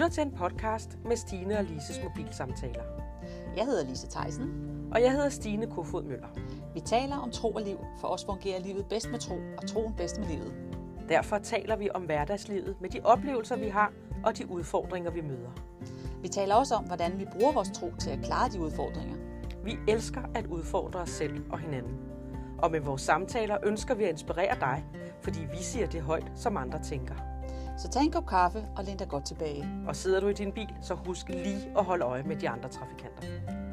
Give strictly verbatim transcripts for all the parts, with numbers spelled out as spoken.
lytter til en podcast med Stine og Lises mobilsamtaler. Jeg hedder Lise Theisen. Og jeg hedder Stine Kofod Møller. Vi taler om tro og liv. For os fungerer livet bedst med tro, og troen bedst med livet. Derfor taler vi om hverdagslivet med de oplevelser, vi har, og de udfordringer, vi møder. Vi taler også om, hvordan vi bruger vores tro til at klare de udfordringer. Vi elsker at udfordre os selv og hinanden. Og med vores samtaler ønsker vi at inspirere dig, fordi vi siger det højt, som andre tænker. Så tag en kop kaffe og læn dig godt tilbage. Og sidder du i din bil, så husk lige at holde øje med de andre trafikanter.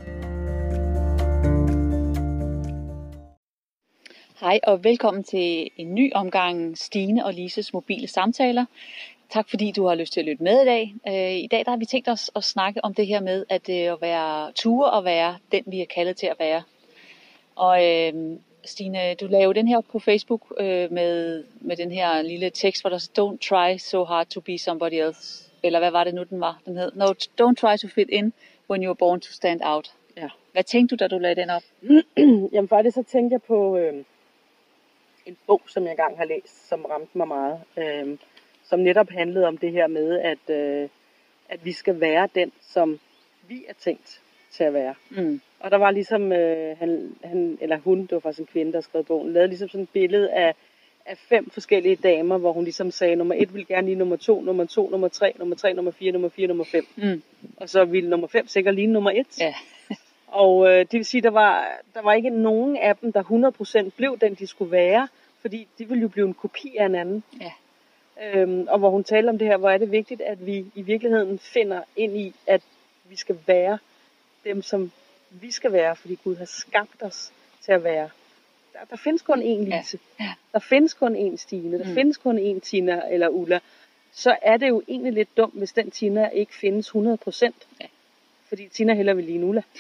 Hej og velkommen til en ny omgang Stine og Lises mobile samtaler. Tak fordi du har lyst til at lytte med i dag. I dag der har vi tænkt os at snakke om det her med at, at være ture og være den, vi er kaldet til at være. Og øh, Stine, du lavede den her på Facebook øh, med, med den her lille tekst, hvor der står, don't try so hard to be somebody else. Eller hvad var det nu, den var? Den hed, no, don't try to fit in when you are born to stand out. Ja. Hvad tænkte du, da du lagde den op? Jamen faktisk så tænkte jeg på øh, en bog, som jeg engang har læst, som ramte mig meget. Øh, som netop handlede om det her med, at, øh, at vi skal være den, som vi er tænkt til at være. Mm. Og der var ligesom, øh, han, han, eller hun, det var faktisk en kvinde, der skrev bogen, lavede ligesom sådan et billede af, af fem forskellige damer, hvor hun ligesom sagde, nummer et vil gerne lige nummer to, nummer to, nummer tre, nummer tre, nummer fire, nummer fire, nummer fem. Mm. Og så ville nummer fem sikkert lige nummer et. Ja. Og øh, det vil sige, der var, der var ikke nogen af dem, der hundrede procent blev den, de skulle være, fordi de ville jo blive en kopi af en anden. Ja. Øhm, og hvor hun taler om det her, hvor er det vigtigt, at vi i virkeligheden finder ind i, at vi skal være dem, som vi skal være, fordi Gud har skabt os til at være. Der, der findes kun én Lise. Ja. Ja. Der findes kun én Stine. Der Mm. findes kun én Tina eller Ulla. Så er det jo egentlig lidt dumt, hvis den Tina ikke findes hundrede procent. Ja. Fordi Tina heller vil lide en Ulla.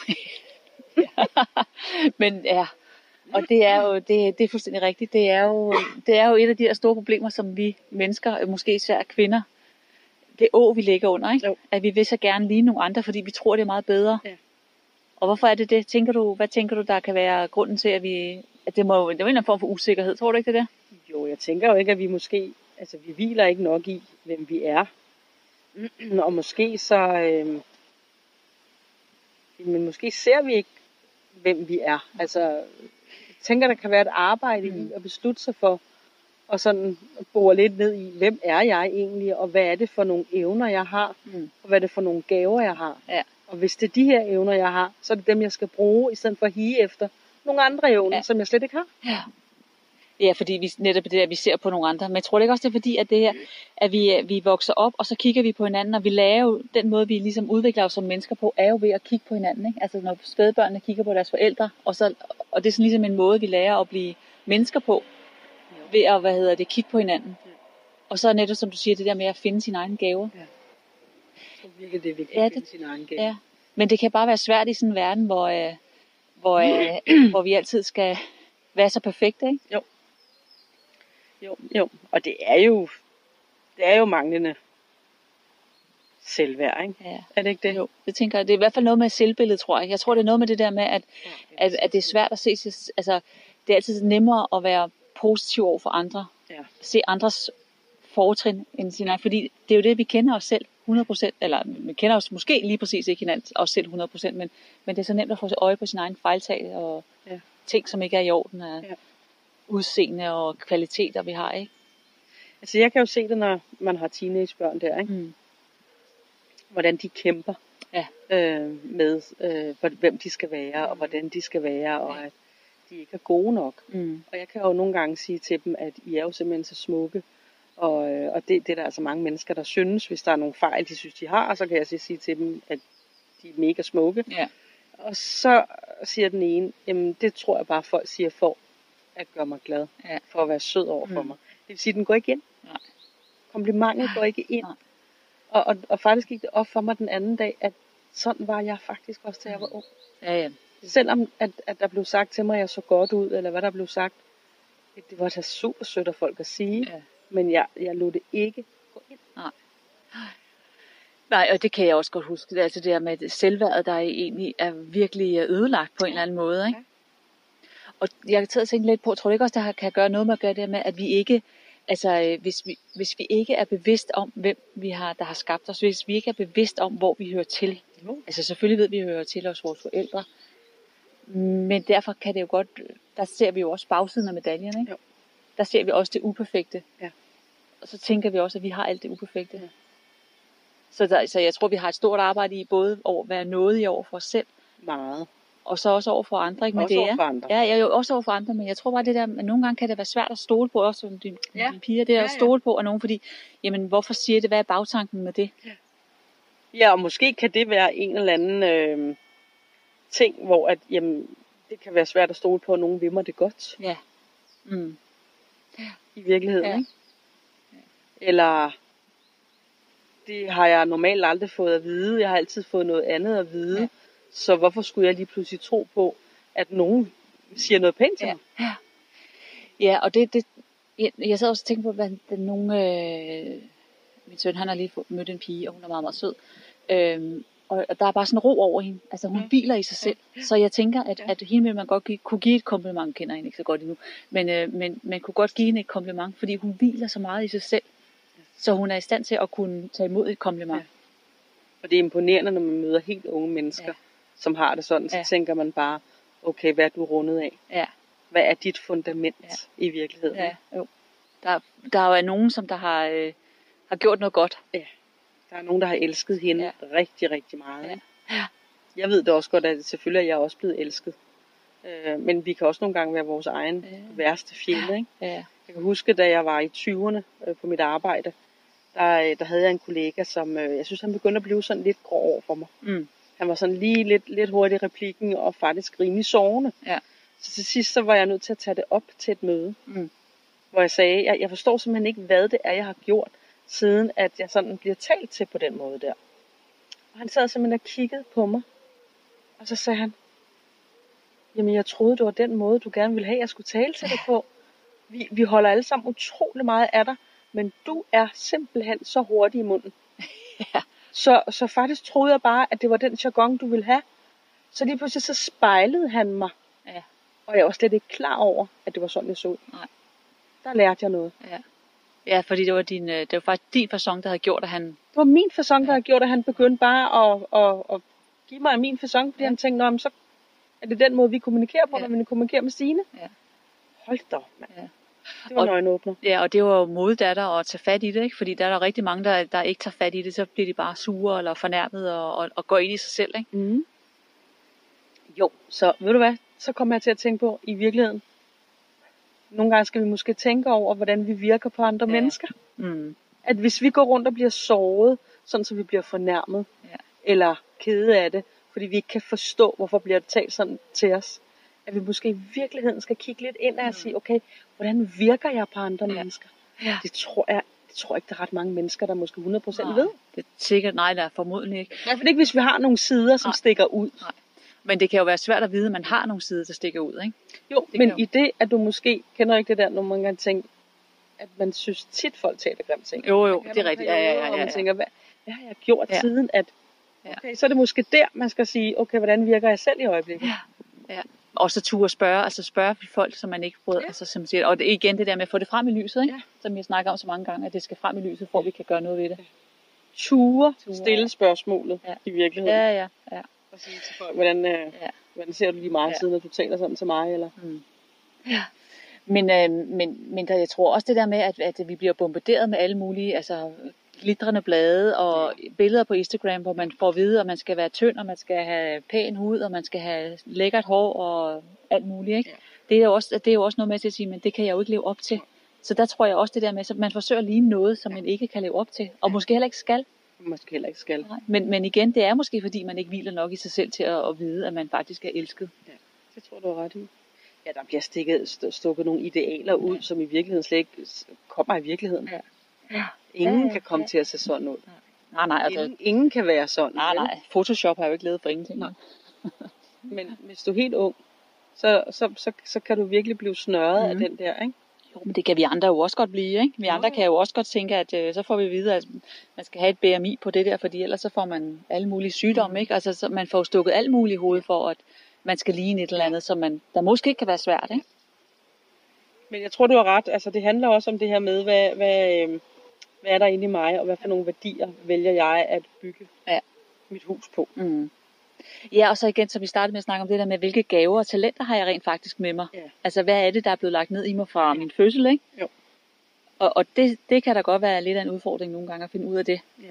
Men ja, og det er jo det, det er fuldstændig rigtigt. Det er jo det er jo et af de her store problemer, som vi mennesker, måske især kvinder, det å vi ligger under, ikke? Jo. At vi vil så gerne ligne nogle andre, fordi vi tror det er meget bedre. Ja. Og hvorfor er det det? Tænker du, hvad tænker du der kan være grunden til, at vi at det må det er jo en eller anden form for usikkerhed, tror du ikke det er det? Jo, jeg tænker jo ikke, at vi måske, altså vi hviler ikke nok i, hvem vi er. Og måske så, øh, men måske ser vi ikke, hvem vi er. Altså, jeg tænker, der kan være et arbejde mm. i at beslutte sig for, og sådan bore lidt ned i, hvem er jeg egentlig, og hvad er det for nogle evner, jeg har, Mm. og hvad er det for nogle gaver, jeg har. Ja. Og hvis det er de her evner, jeg har, så er det dem, jeg skal bruge, i stedet for at hige efter nogle andre evner, Ja. som jeg slet ikke har. Ja. Ja, fordi vi netop det der, vi ser på nogle andre. Men jeg tror det ikke også, det er fordi, at det her, at vi, vi vokser op, og så kigger vi på hinanden, og vi lærer jo, den måde, vi ligesom udvikler os som mennesker på, er jo ved at kigge på hinanden, ikke? Altså når spædbørnene kigger på deres forældre, og, så, og det er sådan ligesom en måde, vi lærer at blive mennesker på, ved at, hvad hedder det, kigge på hinanden. Og så netop, som du siger, det der med at finde sine egne gaver. Så virker det vigtigt Ja, at det- finde sin egen gave. Ja. Men det kan bare være svært i sådan en verden, hvor, øh, hvor, øh, hvor vi altid skal være så perfekte, ikke? Jo, jo. Og det er jo, det er jo manglende selvværd, ikke? Ja. Er det ikke det? Jo, det tænker jeg. Det er i hvert fald noget med selvbilledet, tror jeg. Jeg tror, det er noget med det der med, at, at, at det er svært at se sig, altså det er altid nemmere at være positiv over for andre. Ja. Se andres fortrin end sin egen, fordi det er jo det, vi kender os selv hundrede procent, eller vi kender os måske lige præcis ikke hinanden, os selv hundrede procent, men, men det er så nemt at få øje på sin egen fejltag og Ja. ting, som ikke er i orden af Ja. udseende og kvaliteter, vi har, ikke? Altså jeg kan jo se det, når man har teenagebørn der, ikke? Mm. Hvordan de kæmper Ja. øh, med, øh, hvor- hvem de skal være, og hvordan de skal være, og at de ikke er gode nok. Mm. Og jeg kan jo nogle gange sige til dem, at I er jo simpelthen så smukke, og, øh, og det, det er der altså mange mennesker, der synes, hvis der er nogle fejl, de synes, de har, så kan jeg så sige til dem, at de er mega smukke. Ja. Og så siger den ene, jamen det tror jeg bare, folk siger for at gøre mig glad, Ja. for at være sød over for Mm. mig. Det vil sige, den går ikke ind. Nej. Komplimentet går ikke ind. Nej. Og, og, og faktisk gik det op for mig den anden dag, at sådan var jeg faktisk også, da jeg var ung. Ja, ja. Selvom at, at der blev sagt til mig, at jeg så godt ud, eller hvad der blev sagt, det var da super sødt af folk at sige, Ja. men jeg, jeg lod det ikke gå ind. Nej, og det kan jeg også godt huske. Det er altså det her med selvværdet, der egentlig er virkelig ødelagt på en eller anden måde, ikke? Og jeg har taget og tænkt lidt på, tror du ikke også, der kan gøre noget med at gøre det med, at vi ikke Altså, øh, hvis, vi, hvis vi ikke er bevidst om, hvem vi har, der har skabt os, hvis vi ikke er bevidst om, hvor vi hører til. Jo. Altså, selvfølgelig ved vi, at vi hører til hos vores forældre. Men derfor kan det jo godt, der ser vi jo også bagsiden af medaljen, ikke? Jo. Der ser vi også det uperfekte. Ja. Og så tænker vi også, at vi har alt det uperfekte. Ja. Så, der, så jeg tror, vi har et stort arbejde i både at være nådige over for os selv, Meget. og så også over for andre. Ikke? Men Også det over er, for andre. Ja, jeg er jo også over for andre, men jeg tror bare det der, at nogle gange kan det være svært at stole på, også som din, Ja. din piger, det er Ja, at ja. stole på af nogen, fordi, jamen, hvorfor siger det, hvad er bagtanken med det? Ja, og måske kan det være en eller anden øh, ting, hvor at, jamen, det kan være svært at stole på, at nogen vil mig det godt Ja. Mm. i virkeligheden. Ja. Ikke? Eller det har jeg normalt aldrig fået at vide. Jeg har altid fået noget andet at vide. Ja. Så hvorfor skulle jeg lige pludselig tro på, at nogen siger noget pænt til Ja. mig? Ja. Ja, og det, det jeg, jeg sad også og tænkte på, hvad den nogle, øh, min søn, han har lige fået- mødt en pige, og hun er meget, meget sød. Øhm, og, og der er bare sådan ro over hende. Altså hun Mm. hviler i sig selv. Så jeg tænker, at, Ja. at hende vil man godt give, kunne give et kompliment. Hun kender hende ikke så godt endnu. Men, øh, men man kunne godt give hende et kompliment, fordi hun hviler så meget i sig selv. Så hun er i stand til at kunne tage imod et kompliment. Ja. Og det er imponerende, når man møder helt unge mennesker, Ja. ja. som har det sådan. Så Ja. tænker man bare, okay, hvad er du rundet af? Ja. Hvad er dit fundament Ja. i virkeligheden? Ja, jo. Der, der er jo nogen, som der har, øh, har gjort noget godt. Der er nogen, der har elsket hende Ja. ja. rigtig, rigtig meget. Ja. Ikke? Jeg ved det også godt, at selvfølgelig er jeg også blevet elsket. Øh, men vi kan også nogle gange være vores egen Ja. ja. værste fjende. Ikke? Ja. Jeg kan huske, da jeg var i tyverne øh, på mit arbejde, der, øh, der havde jeg en kollega, som øh, jeg synes, han begyndte at blive sådan lidt grov over for mig. Mm. Han var sådan lige lidt, lidt hurtig i replikken og faktisk rimelig sovende. Ja. Så til sidst så var jeg nødt til at tage det op til et møde, Mm. hvor jeg sagde, jeg, jeg forstår simpelthen ikke, hvad det er, jeg har gjort, siden at jeg sådan bliver talt til på den måde der. Og han sad simpelthen og kiggede på mig, og så sagde han, jamen jeg troede, det var den måde, du gerne ville have, jeg skulle tale til dig på. Vi, vi holder alle sammen utrolig meget af dig, men du er simpelthen så hurtig i munden. Ja. Så, så faktisk troede jeg bare, at det var den jargon, du ville have. Så lige pludselig så spejlede han mig. Ja. Og jeg var slet ikke klar over, at det var sådan, jeg så ud. Nej. Der lærte jeg noget. Ja. Ja, fordi det var, din, øh, det var faktisk din facon, der havde gjort, at han... Det var min facon, der havde gjort, at han begyndte bare at, at, at give mig min facon, fordi Ja. han tænkte, "Nå, men så er det den måde, vi kommunikerer på, Ja. når vi kommunikerer med Stine." Ja. Hold da op, mand. Ja. Det var Og- en øjenåbner. Ja, og det var jo modedatter at tage fat i det, ikke? Fordi der er der rigtig mange, der, der ikke tager fat i det, så bliver de bare sure eller fornærmet og, og, og går ind i sig selv, ikke? Mm. Jo, så ved du hvad, så kommer jeg til at tænke på, i virkeligheden, nogle gange skal vi måske tænke over, hvordan vi virker på andre Ja. ja. mennesker. Mm. At hvis vi går rundt og bliver såret, sådan så vi bliver fornærmet, Ja. eller kede af det, fordi vi ikke kan forstå, hvorfor bliver det talt sådan til os, at vi måske i virkeligheden skal kigge lidt ind og sige, okay, hvordan virker jeg på andre Ja. ja. mennesker? Ja. Det tror jeg, det tror jeg ikke, der er ret mange mennesker, der måske hundrede procent Nej, ved. det er sikkert, nej, der er formodentlig ikke. I hvert fald ikke, hvis vi har nogle sider, som Nej. stikker ud. Men det kan jo være svært at vide, at man har nogle sider, der stikker ud, ikke? Jo, Det men kan i det, at du måske kender ikke det der, når man kan tænke, at man synes tit, folk taler grimt ting. Jo, jo, Man kan det er nogle rigtigt. Ja, ja, perioder, ja, hvor ja, man ja. tænker, hvad, hvad har jeg gjort Ja. siden, at Ja. okay, så er det måske der, man skal sige, okay, hvordan virker jeg selv i øjeblikket? Ja. Ja. Og så turde spørge, altså spørge folk, som man ikke bryder, ja. Altså som siger, og det er igen det der med at få det frem i lyset, ikke? Ja. Som jeg snakker om så mange gange, at det skal frem i lyset, for at vi kan gøre noget ved det. Ture, Ture, stille ja. spørgsmålet Ja. i virkeligheden. Ja, ja, ja. Og sige til folk, hvordan, øh, Ja. hvordan ser du lige meget Ja. siden, at du taler sådan til mig? Eller? Mm. Ja. Men, øh, men, men der, jeg tror også det der med, at, at vi bliver bombarderet med alle mulige, altså glitrende blade og ja. billeder på Instagram, hvor man får at vide, at man skal være tynd, og man skal have pæn hud, og man skal have lækkert hår og alt muligt, ikke? Ja. Det er jo også, det er jo også noget med til at sige, men det kan jeg jo ikke leve op til. Så der tror jeg også det der med, at man forsøger lige noget, som man ikke kan leve op til, og måske heller ikke skal. Måske heller ikke skal. Nej. Men, men igen, det er måske fordi, man ikke hviler nok i sig selv til at, at vide, at man faktisk er elsket. Ja, det tror du er ret i. Ja, der bliver stikket, st- stukket nogle idealer ud, ja. som i virkeligheden slet ikke s- kommer i virkeligheden. Ja. Ja. Ingen Ja, ja, kan komme ja. til at se sådan ud. Nej, nej, altså, Ingen, ingen kan være sådan. nej, vel? nej. Photoshop har jo ikke lavet for ingenting. Nej. Men hvis du er helt ung, så, så, så, så kan du virkelig blive snørret mm. af Mhm. den der, ikke? Jo, men det kan vi andre jo også godt blive, ikke? Vi Jo, andre jo. kan jo også godt tænke, at øh, så får vi at vide, at man skal have et B M I på det der, fordi ellers så får man alle mulige sygdomme, Mm. ikke? Altså, så man får stukket alt muligt i hovedet for, at man skal ligne et eller andet, som man, der måske kan være svært, ikke? Men jeg tror, du har ret. Altså, det handler også om det her med, hvad, hvad, øh, hvad er der inde i mig, og hvad for nogle værdier vælger jeg at bygge Ja. mit hus på. Mm. Ja, og så igen, så vi startede med at snakke om det der med, hvilke gaver og talenter har jeg rent faktisk med mig. Ja. Altså, hvad er det, der er blevet lagt ned i mig fra min fødsel, ikke? Jo. Og, og det, det kan da godt være lidt af en udfordring nogle gange at finde ud af det. Ja.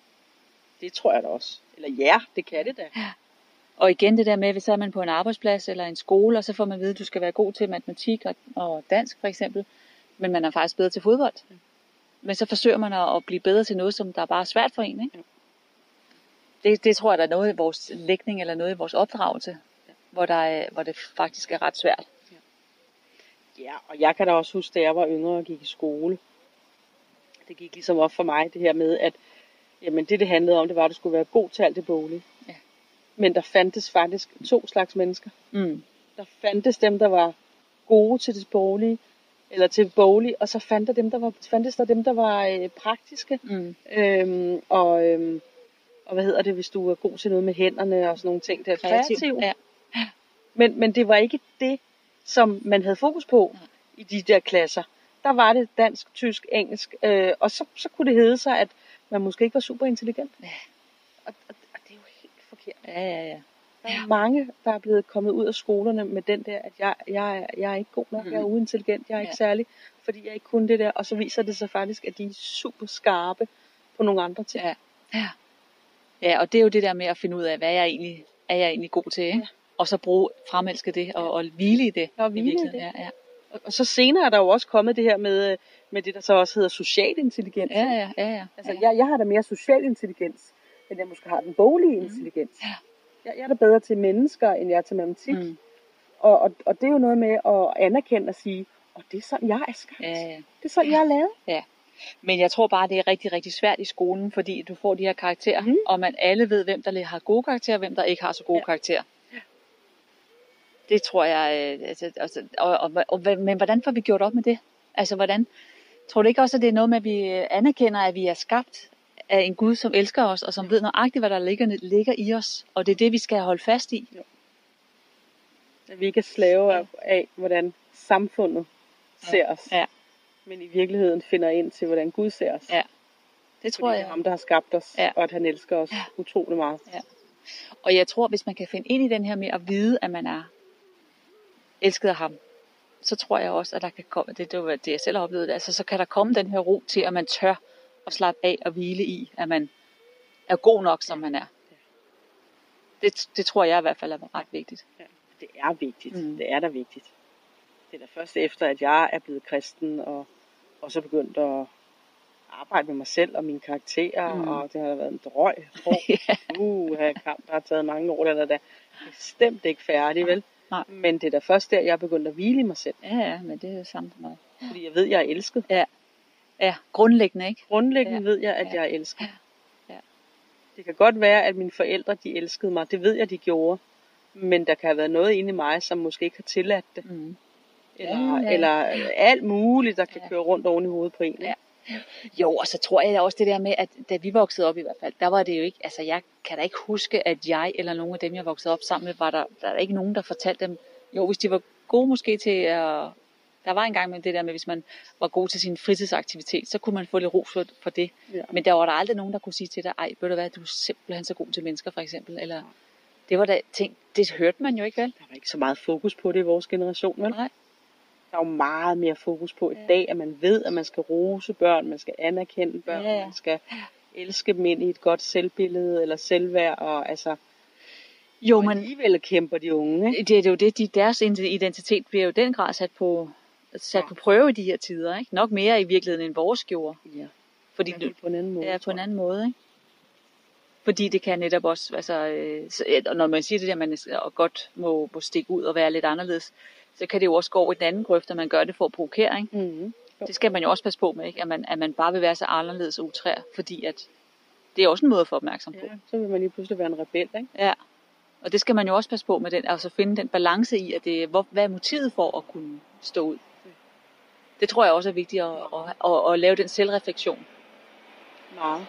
Det tror jeg da også. Eller ja, det kan det da. Og igen det der med, hvis så er man på en arbejdsplads eller en skole, og så får man at vide, at du skal være god til matematik og, og dansk for eksempel, men man er faktisk bedre til fodbold. Ja. Men så forsøger man at, at blive bedre til noget, som der er bare svært for en, ikke? Ja. Det, det tror jeg, der er noget i vores lægning eller noget i vores opdragelse, ja. hvor, der er, hvor det faktisk er ret svært. Ja. Ja, og jeg kan da også huske, da jeg var yngre og gik i skole. Det gik ligesom op for mig, det her med, at jamen, det, det handlede om, det var, at du skulle være god til alt det boglige. Ja. Men der fandtes faktisk to slags mennesker. Mm. Der fandtes dem, der var gode til det boglige, eller til det boglige, og så fandtes, dem, der var, fandtes der dem, der var øh, praktiske. Mm. Øhm, og, øhm, og hvad hedder det, hvis du er god til noget med hænderne og sådan nogle ting. Det er kreativ. Ja. Men, men det var ikke det, som man havde fokus på ja. i de der klasser. Der var det dansk, tysk, engelsk, øh, og så, så kunne det hedde sig, at man måske ikke var super intelligent. Ja. Og, og, og det er jo helt forkert. Ja, ja, ja. Der er mange, der er blevet kommet ud af skolerne med den der, at jeg, jeg, jeg er ikke god nok, mm. jeg er uintelligent, jeg er ikke ja. særlig, fordi jeg ikke kunne det der. Og så viser det sig faktisk, at de er super skarpe på nogle andre ting. Ja, ja. Ja, og det er jo det der med at finde ud af, hvad jeg egentlig, er jeg egentlig god til, ikke? Ja. Og så bruge, fremelske det, og, og hvile i det. Og hvile i det. Ja, ja. Og, og så senere er der jo også kommet det her med, med det, der så også hedder social intelligens. Ja, ja, ja. ja. Altså, jeg, jeg har da mere social intelligens, end jeg måske har den boglige mm. intelligens. Ja. Jeg, jeg er da bedre til mennesker, end jeg er til matematik. Mm. Og, og, og det er jo noget med at anerkende og sige, og det er sådan, jeg er skabt. Ja, ja. Det er sådan, jeg er lavet. Ja. Men jeg tror bare, det er rigtig, rigtig svært i skolen, fordi du får de her karakterer, mm. og man alle ved, hvem der har gode karakterer, og hvem der ikke har så gode ja. karakterer. Ja. Det tror jeg, altså, altså, og, og, og, og, men hvordan får vi gjort op med det? Altså, hvordan, tror du ikke også, at det er noget med, at vi anerkender, at vi er skabt af en Gud, som elsker os, og som ja. ved nøjagtigt, hvad der ligger, ligger i os, og det er det, vi skal holde fast i? Jo. At vi ikke er slave af, af hvordan samfundet ja. ser os. Ja. Men i virkeligheden finder ind til, hvordan Gud ser os. Ja, det tror Fordi jeg. det er ham, der har skabt os, ja. og at han elsker os ja. utrolig meget. Ja. Og jeg tror, hvis man kan finde ind i den her med at vide, at man er elsket af ham, så tror jeg også, at der kan komme, det er det, jeg selv har oplevet, altså så kan der komme den her ro til, at man tør at slappe af og hvile i, at man er god nok, som man er. Ja. Det, det tror jeg i hvert fald er ret vigtigt. Ja, det er vigtigt. Mm. Det er da vigtigt. Det er da først efter, at jeg er blevet kristen, og, og så begyndt at arbejde med mig selv og mine karakterer, mm. og det har været en drøg. yeah. Uh, kamp, der har taget mange år, der er da bestemt ikke færdig, vel? Nej. Men det er da først der, jeg er begyndt at hvile i mig selv. Ja, ja, men det er samme for mig. Fordi jeg ved, at jeg er elsket. Ja, ja, grundlæggende, ikke? Grundlæggende ja. ved jeg, at ja. jeg er elsket. Ja. Ja. Det kan godt være, at mine forældre, de elskede mig. Det ved jeg, de gjorde. Men der kan have været noget inde i mig, som måske ikke har tilladt det. Mm. Eller, ja, ja. eller alt muligt, der kan ja. køre rundt oven i hovedet på en. Ja. Jo, og så tror jeg også det der med, at da vi voksede op i hvert fald, der var det jo ikke, altså jeg kan da ikke huske, at jeg eller nogen af dem, jeg voksede op sammen med, var der, der er ikke nogen, der fortalte dem, jo, hvis de var gode måske til at, der var engang med det der med, hvis man var god til sin fritidsaktivitet, så kunne man få lidt ro for, for det. Ja. Men der var der aldrig nogen, der kunne sige til dig, ej, ved du hvad, du er simpelthen så god til mennesker, for eksempel, eller det var da ting, det hørte man jo ikke, vel? Der var ikke så meget fokus på det i vores generation, vel? Nej. Der er jo meget mere fokus på i ja. dag, at man ved, at man skal rose børn, man skal anerkende børn, ja. man skal elske dem ind i et godt selvbillede eller selvværd, og altså jo, og men alligevel kæmper de unge, ikke? Det, det er jo det, de, deres identitet bliver jo den grad sat på, sat ja. på prøve i de her tider, ikke? Nok mere i virkeligheden end vores gjorde. Ja, fordi det på en anden måde. Ja, på en anden måde, ikke? Fordi det kan netop også, altså, øh, når man siger det der, man og godt må, må stikke ud og være lidt anderledes, så kan det jo også gå over i den anden grøft, at man gør det for at provokere, ikke? Mm-hmm. Det skal man jo også passe på med, ikke? At man, at man bare vil være så anderledes og utrær, fordi at det er også en måde at få opmærksom på. Ja, så vil man lige pludselig være en rebel, ikke? Ja, og det skal man jo også passe på med den, altså finde den balance i, at det, hvor, hvad er motivet for at kunne stå ud? Det tror jeg også er vigtigt at, at, at, at lave den selvreflektion. Meget.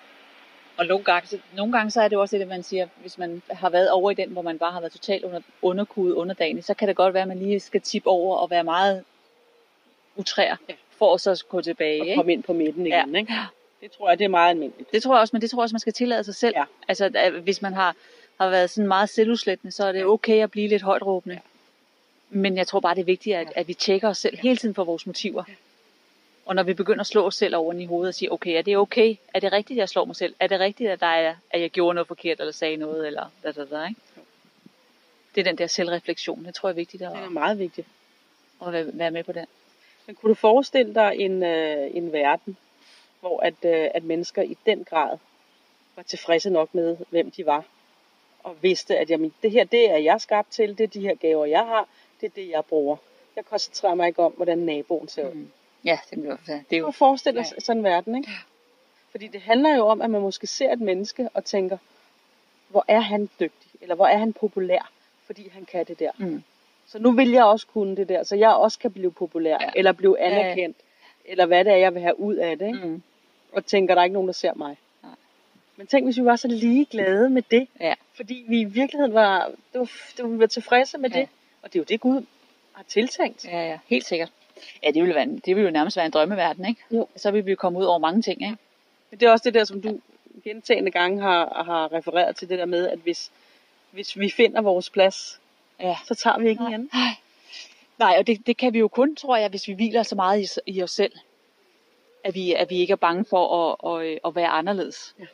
Og nogle gange, så, nogle gange så er det også det, man siger, hvis man har været over i den, hvor man bare har været totalt under, underkudet, underdanig, så kan det godt være, at man lige skal tippe over og være meget utræer, Ja. for at så gå tilbage. Og Ikke? komme ind på midten igen, Ja. ikke? Det tror jeg, det er meget almindeligt. Det tror jeg også, men det tror jeg også, man skal tillade sig selv. Ja. Altså, at hvis man har, har været sådan meget selvudslættende, så er det okay at blive lidt højt råbende. Ja. Men jeg tror bare, det er vigtigt, at, at vi tjekker os selv hele tiden for vores motiver. Ja. Og når vi begynder at slå os selv over i hovedet og sige, okay, er det okay? Er det rigtigt, at jeg slår mig selv? Er det rigtigt, at, der er, at jeg gjorde noget forkert, eller sagde noget, eller da, da, da, ikke? Det er den der selvreflektion, det tror jeg er vigtigt at, Det er meget vigtigt. at være, være med på den. Men kunne du forestille dig en, øh, en verden, hvor at, øh, at mennesker i den grad var tilfredse nok med, hvem de var, og vidste, at jamen, det her, det er jeg skabt til, det er de her gaver, jeg har, det er det, jeg bruger. Jeg koncentrerer mig ikke om, hvordan naboen ser ud. Mm. Ja, det er jo... Det er Du jo kan forestille dig sådan en verden, ikke? Fordi det handler jo om, at man måske ser et menneske og tænker, hvor er han dygtig, eller hvor er han populær, fordi han kan det der. mm. Så nu vil jeg også kunne det der, så jeg også kan blive populær, Ja. eller blive anerkendt, eller hvad det er, jeg vil have ud af det, ikke? Mm. Og tænker, der er ikke nogen, der ser mig. Nej. Men tænk, hvis vi var så ligeglade med det, Ja. fordi vi i virkeligheden var, det var, det var, vi var tilfredse med Ja. det, og det er jo det, Gud har tiltænkt. Ja, ja, helt sikkert. Ja, det ville, være, en- det ville jo nærmest være en drømmeverden, ikke? Jo. Så ville vi jo komme ud over mange ting, ikke? Men det er også det der, som du gentagende gange har, har refereret til, det der med, at hvis, hvis vi finder vores plads, Ja. så tager vi ikke Nej. igen. Nej, og det, det kan vi jo kun, tror jeg, hvis vi hviler så meget i, i os selv, at vi, at vi ikke er bange for at, at, at være anderledes. Ja.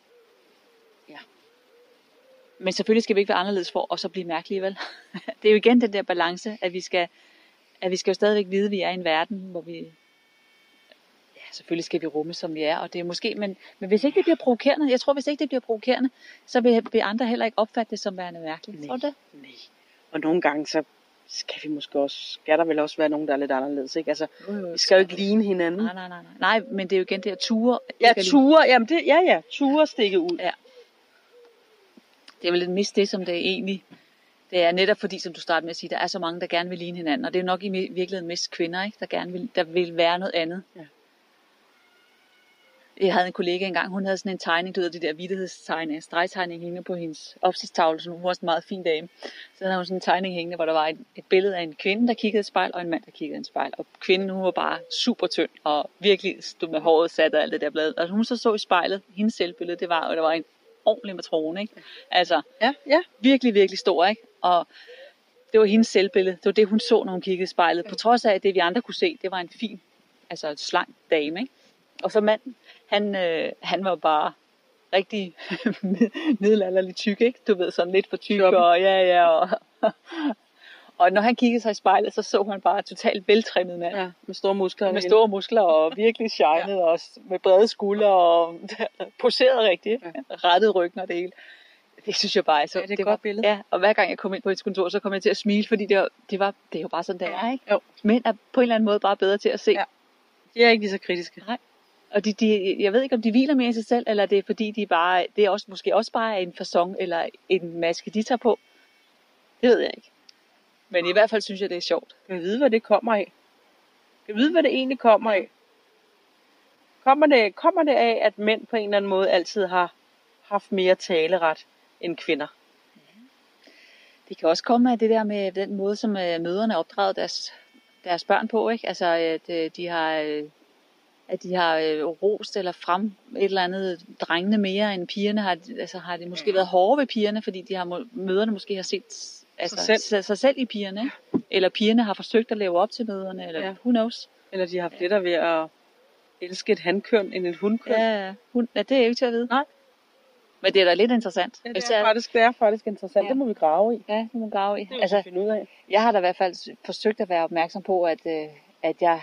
Ja. Men selvfølgelig skal vi ikke være anderledes for at så blive mærkelige, vel? Det er jo igen den der balance, at vi skal, at vi skal jo stadigvæk vide, at vi er i en verden, hvor vi... Ja, selvfølgelig skal vi rumme, som vi er, og det er måske... Men, men hvis ikke det bliver provokerende, jeg tror, hvis ikke det bliver provokerende, så vil, vil andre heller ikke opfatte det som værende mærkeligt. Tror du det? Nej. Og nogle gange, så skal vi måske også, skal der vel også være nogen, der er lidt anderledes, ikke? Altså, vi skal jo ikke ligne hinanden. Nej, nej, nej, nej. Nej, men det er jo igen det at ture. Ja, ture, jamen det, ja, ja, ture stikke ud. Ja. Det er vel lidt mist det, som det er egentlig. Det er netop fordi, som du startede med at sige, der er så mange, der gerne vil ligne hinanden. Og det er jo nok i virkeligheden mest kvinder, ikke? Der gerne vil, der vil være noget andet. Ja. Jeg havde en kollega engang, hun havde sådan en tegning, du ved, de der vittighedstegninger, en stregtegning hængende på hendes opsigstavle, så hun var også en meget fin dame. Så havde hun sådan en tegning hængende, hvor der var et, et billede af en kvinde, der kiggede i et spejl, og en mand, der kiggede i et spejl. Og kvinden, hun var bare super tynd, og virkelig stod med håret sat og alt det der blad. Og hun så så i spejlet, hendes selvbillede, det var, og der var en ordentlig matrone, ikke? Altså, Ja, ja. virkelig, virkelig stor, ikke? Og det var hendes selvbillede. Det var det, hun så, når hun kiggede i spejlet. På trods af, at det vi andre kunne se, det var en fin, altså slank dame, ikke? Og så manden, han, øh, han var bare rigtig middelalderlig tyk, ikke? Du ved, sådan lidt for tyk, Shoppen. og ja, ja, og, og når han kiggede sig i spejlet, så så han bare totalt veltrimmet mand. Ja, med store muskler. Med store muskler og virkelig shined, ja. Og med brede skuldre og poseret rigtigt, ja. Rettet ryggen og det hele. Det synes jeg bare, altså, ja, det er et det godt var, billede. Ja, og hver gang jeg kom ind på et kontor, så kom jeg til at smile, fordi det, var, det, var, det er jo bare sådan, det er, ikke? Jo. Mænd er på en eller anden måde bare bedre til at se. Ja. De er ikke lige så kritiske. Nej. Og de, de, jeg ved ikke, om de hviler mere i sig selv, eller det er fordi, de bare, det er også, måske også bare en facon eller en maske, de tager på. Det ved jeg ikke. Men i hvert fald synes jeg, det er sjovt. Kan vi vide, hvad det kommer af? Kan vi vide, hvad det egentlig kommer af? Kommer det, kommer det af, at mænd på en eller anden måde altid har haft mere taleret end kvinder? Det kan også komme af det der med den måde, som øh, mødrene opdrager deres, deres børn på, ikke? Altså, at øh, de har... Øh, at de har øh, rost eller frem et eller andet drengene mere end pigerne. Har, altså har det måske været hårde ved pigerne, fordi de har må, møderne måske har set altså, sig, selv. Sig, sig selv i pigerne. Ikke? Eller pigerne har forsøgt at leve op til møderne, eller Ja. who knows. Eller de har haft lettere ved at elske et hankøn end et hundkøn? Ja, ja. Hun, ja, det er jo ikke til at vide. Nej. Men det er da lidt interessant. Ja, Hvis det, er faktisk, det er faktisk interessant. Ja. Det må vi grave i. Ja, det må man grave i. Det må Altså, vi finde ud af. jeg har da i hvert fald forsøgt at være opmærksom på, at, øh, at jeg...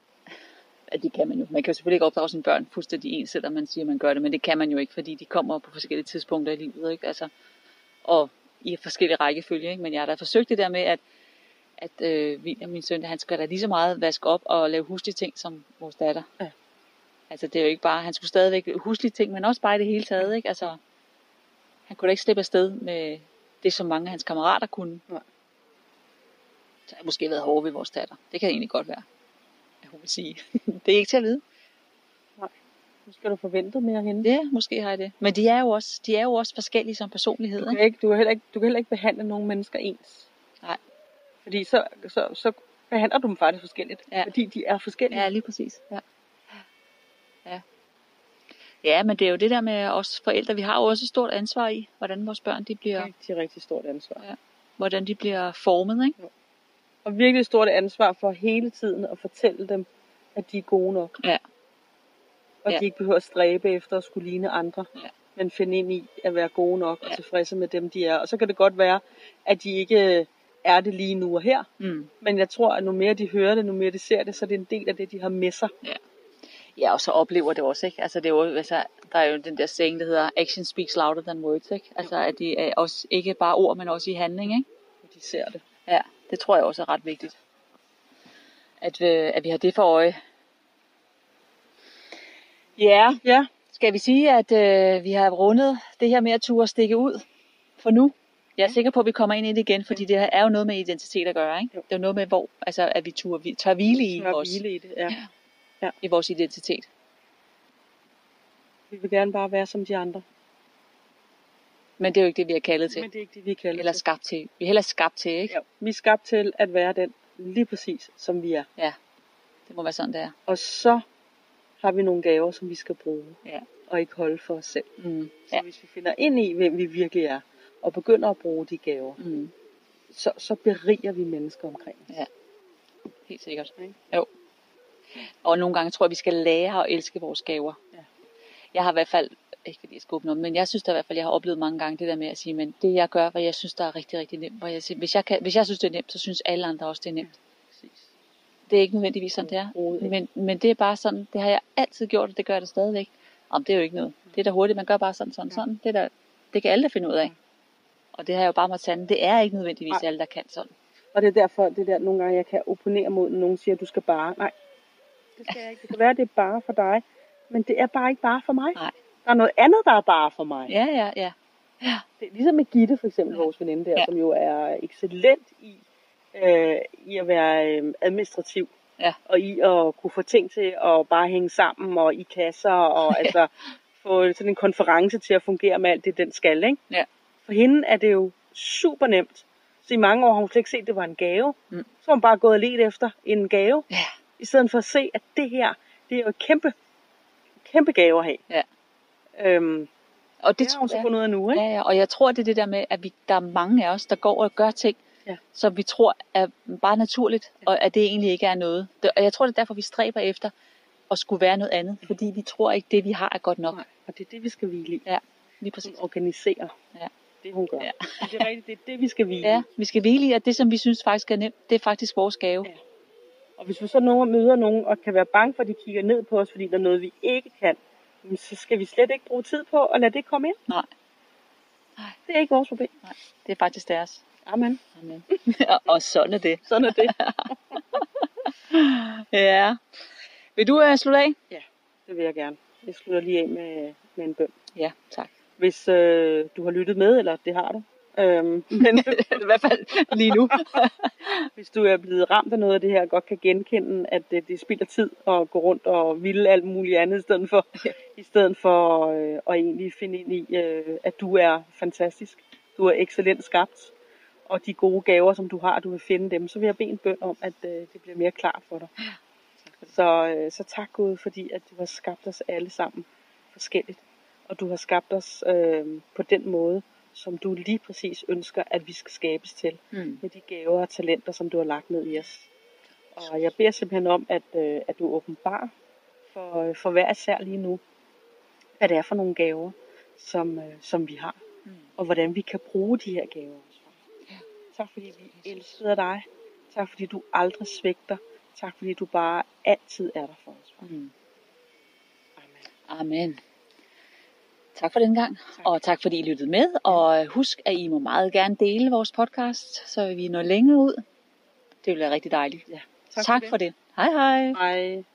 At det kan man jo. Man kan jo selvfølgelig ikke opdrage sine børn fuldstændig ens, selvom man siger, at man gør det, men det kan man jo ikke, fordi de kommer på forskellige tidspunkter i livet, ikke? Altså, og i forskellige rækkefølge, ikke? Men jeg har da forsøgt det der med, at, at øh, William, min søn, han skal da lige så meget vaske op og lave huslige ting som vores datter. Ja. Altså, det er jo ikke bare, han skulle stadigvæk huslige ting, men også bare i det hele taget, ikke? Altså, han kunne da ikke slippe afsted med det, som mange af hans kammerater kunne. Nej. Så har jeg måske været hård ved vores datter. Det kan egentlig godt være. Hun vil sige. Det er ikke til at vide. Nej. Nu skal du forvente mere af hende. Ja, måske har jeg det. Men de er jo også, de er jo også forskellige som personlighed. Du Ikke? kan, ikke, du, kan heller ikke, du kan heller ikke behandle nogen mennesker ens. Nej. Fordi så, så, så behandler du dem faktisk forskelligt, Ja. fordi de er forskellige. Ja, lige præcis. Ja. Ja. Ja, men det er jo det der med os forældre. Vi har jo også et stort ansvar i, hvordan vores børn de bliver, Rigtig, rigtig stort ansvar. ja, hvordan de bliver formet, ikke? Og virkelig stort ansvar for hele tiden at fortælle dem, at de er gode nok. Ja. Og Ja. de ikke behøver at stræbe efter at skulle ligne andre. Ja. Men finde ind i at være gode nok og Ja. tilfredse med dem, de er. Og så kan det godt være, at de ikke er det lige nu og her. Mm. Men jeg tror, at nu mere de hører det, nu mere de ser det, så er det en del af det, de har med sig. Ja, og så oplever det også, ikke? Altså, det er jo, altså, der er jo den der saying, der hedder, action speaks louder than words, ikke? Altså, at de er også ikke bare ord, men også i handling, ikke? Og de ser det. Ja, det tror jeg også er ret vigtigt. At, øh, at vi har det for øje. Ja, Ja, skal vi sige, at øh, vi har rundet det her med at turde stikke ud for nu? Jeg er sikker på, at vi kommer ind i det igen, fordi det her er jo noget med identitet at gøre, ikke? Jo. Det er jo noget med, hvor, altså, at vi turde, vi tør hvile i, tør vores, hvile i det. Ja. i vores identitet. Vi vil gerne bare være som de andre. Men det er jo ikke det, vi er kaldet til. Men det er ikke det, vi kalder Eller til. skabt til. Vi er heller skabt til, ikke? Ja. Vi er skabt til at være den lige præcis, som vi er. Ja, det må være sådan, det er. Og så har vi nogle gaver, som vi skal bruge. Ja. Og ikke holde for os selv. Mm. Så Ja. hvis vi finder ind i, hvem vi virkelig er, og begynder at bruge de gaver, Mm. så, så beriger vi mennesker omkring os. Ja. Helt sikkert. Ikke? Jo. Og nogle gange tror jeg, vi skal lære at elske vores gaver. Ja. Jeg har i hvert fald, ikke fordi jeg skal åbne om, men jeg synes da i hvert fald, jeg har oplevet mange gange det der med at sige, men det jeg gør, hvad jeg synes, der er rigtig, rigtig nemt. Hvor jeg siger, hvis, jeg kan, hvis jeg synes, det er nemt, så synes alle andre også, det er nemt. Præcis. Det er ikke nødvendigvis sådan, det er. Overhovedet ikke. Men, men det er bare sådan, det har jeg altid gjort, og det gør jeg da stadigvæk. Om det er jo ikke noget. Det er da hurtigt, man gør bare sådan, sådan, sådan. Det, er da, det kan alle da finde ud af. Og det har jeg jo bare måttet sande. Det er ikke nødvendigvis Nej. alle, der kan sådan. Og det er derfor, det der nogle gange, jeg kan opponere mod, når nogen siger, at du skal bare. Nej, det skal jeg ikke. Det kan være, at det er bare for dig, men det er bare ikke bare for mig. Nej. Der er noget andet, der er bare for mig. Ja, ja, ja. Det er ligesom med Gitte, for eksempel, Ja. vores veninde der, Ja. som jo er excellent i, øh, i at være øh, administrativ. Ja. Og i at kunne få ting til at bare hænge sammen og i kasser og altså få sådan en konference til at fungere med alt det, den skal, ikke? Ja. For hende er det jo super nemt. Så i mange år har hun slet ikke set, at det var en gave. Mm. Så har hun bare gået og let efter en gave, Ja. i stedet for at se, at det her, det er jo et kæmpe, kæmpe gave at have. Ja. Øhm, Og det har hun så fundet ud af nu, ikke? Ja, ja, og jeg tror, det er det der med, at vi, der er mange af os, der går og gør ting, Ja. som vi tror er bare naturligt, og at det egentlig ikke er noget. Det, og jeg tror, det er derfor, vi stræber efter at skulle være noget andet, fordi vi tror ikke, det vi har er godt nok. Nej, og det er det, vi skal hvile i. Ja, lige præcis. Hun organiserer Ja. det, hun gør. Ja. Og det er rigtigt, det er det, vi skal hvile Ja, i. vi skal hvile i, at det, som vi synes faktisk er nemt, det er faktisk vores gave. Ja. Og hvis vi så nogen møder nogen, og kan være bange for, at de kigger ned på os, fordi der er noget, vi ikke kan, jamen, så skal vi slet ikke bruge tid på at lade det komme ind. Nej, Det er ikke vores problem. det er faktisk deres. Amen. Amen. og, og sådan er det. Sådan er det. Ja. Vil du uh, slutte af? Det vil jeg gerne. Jeg slutter lige af med, med en bøn. Ja, tak. Hvis øh, du har lyttet med, eller det har du, øhm, men I hvert fald lige nu. hvis du er blevet ramt af noget af det her, godt kan genkende, at det, det spilder tid at gå rundt og ville alt muligt andet, i stedet for, i stedet for øh, at egentlig finde ind i, øh, at du er fantastisk. Du er excellent skabt, og de gode gaver, som du har, du vil finde dem, så vil jeg bede en bøn om, at øh, det bliver mere klart for dig. Så, øh, så tak Gud, fordi at du har skabt os alle sammen forskelligt. Og du har skabt os øh, på den måde, som du lige præcis ønsker, at vi skal skabes til. Mm. Med de gaver og talenter, som du har lagt ned i os. Og jeg beder simpelthen om, at, øh, at du åbenbarer for, øh, for hver især lige nu, hvad det er for nogle gaver, som, øh, som vi har. Mm. Og hvordan vi kan bruge de her gaver. Ja. Tak fordi vi elsker dig. Tak fordi du aldrig svigter. Tak fordi du bare altid er der for os. Mm. Amen. Amen. Tak for den gang, Tak. og tak fordi I lyttede med. Og husk, at I må meget gerne dele vores podcast, så vi når længere ud. Det vil være rigtig dejligt. Ja. Tak, tak for det. Hej hej. Hej.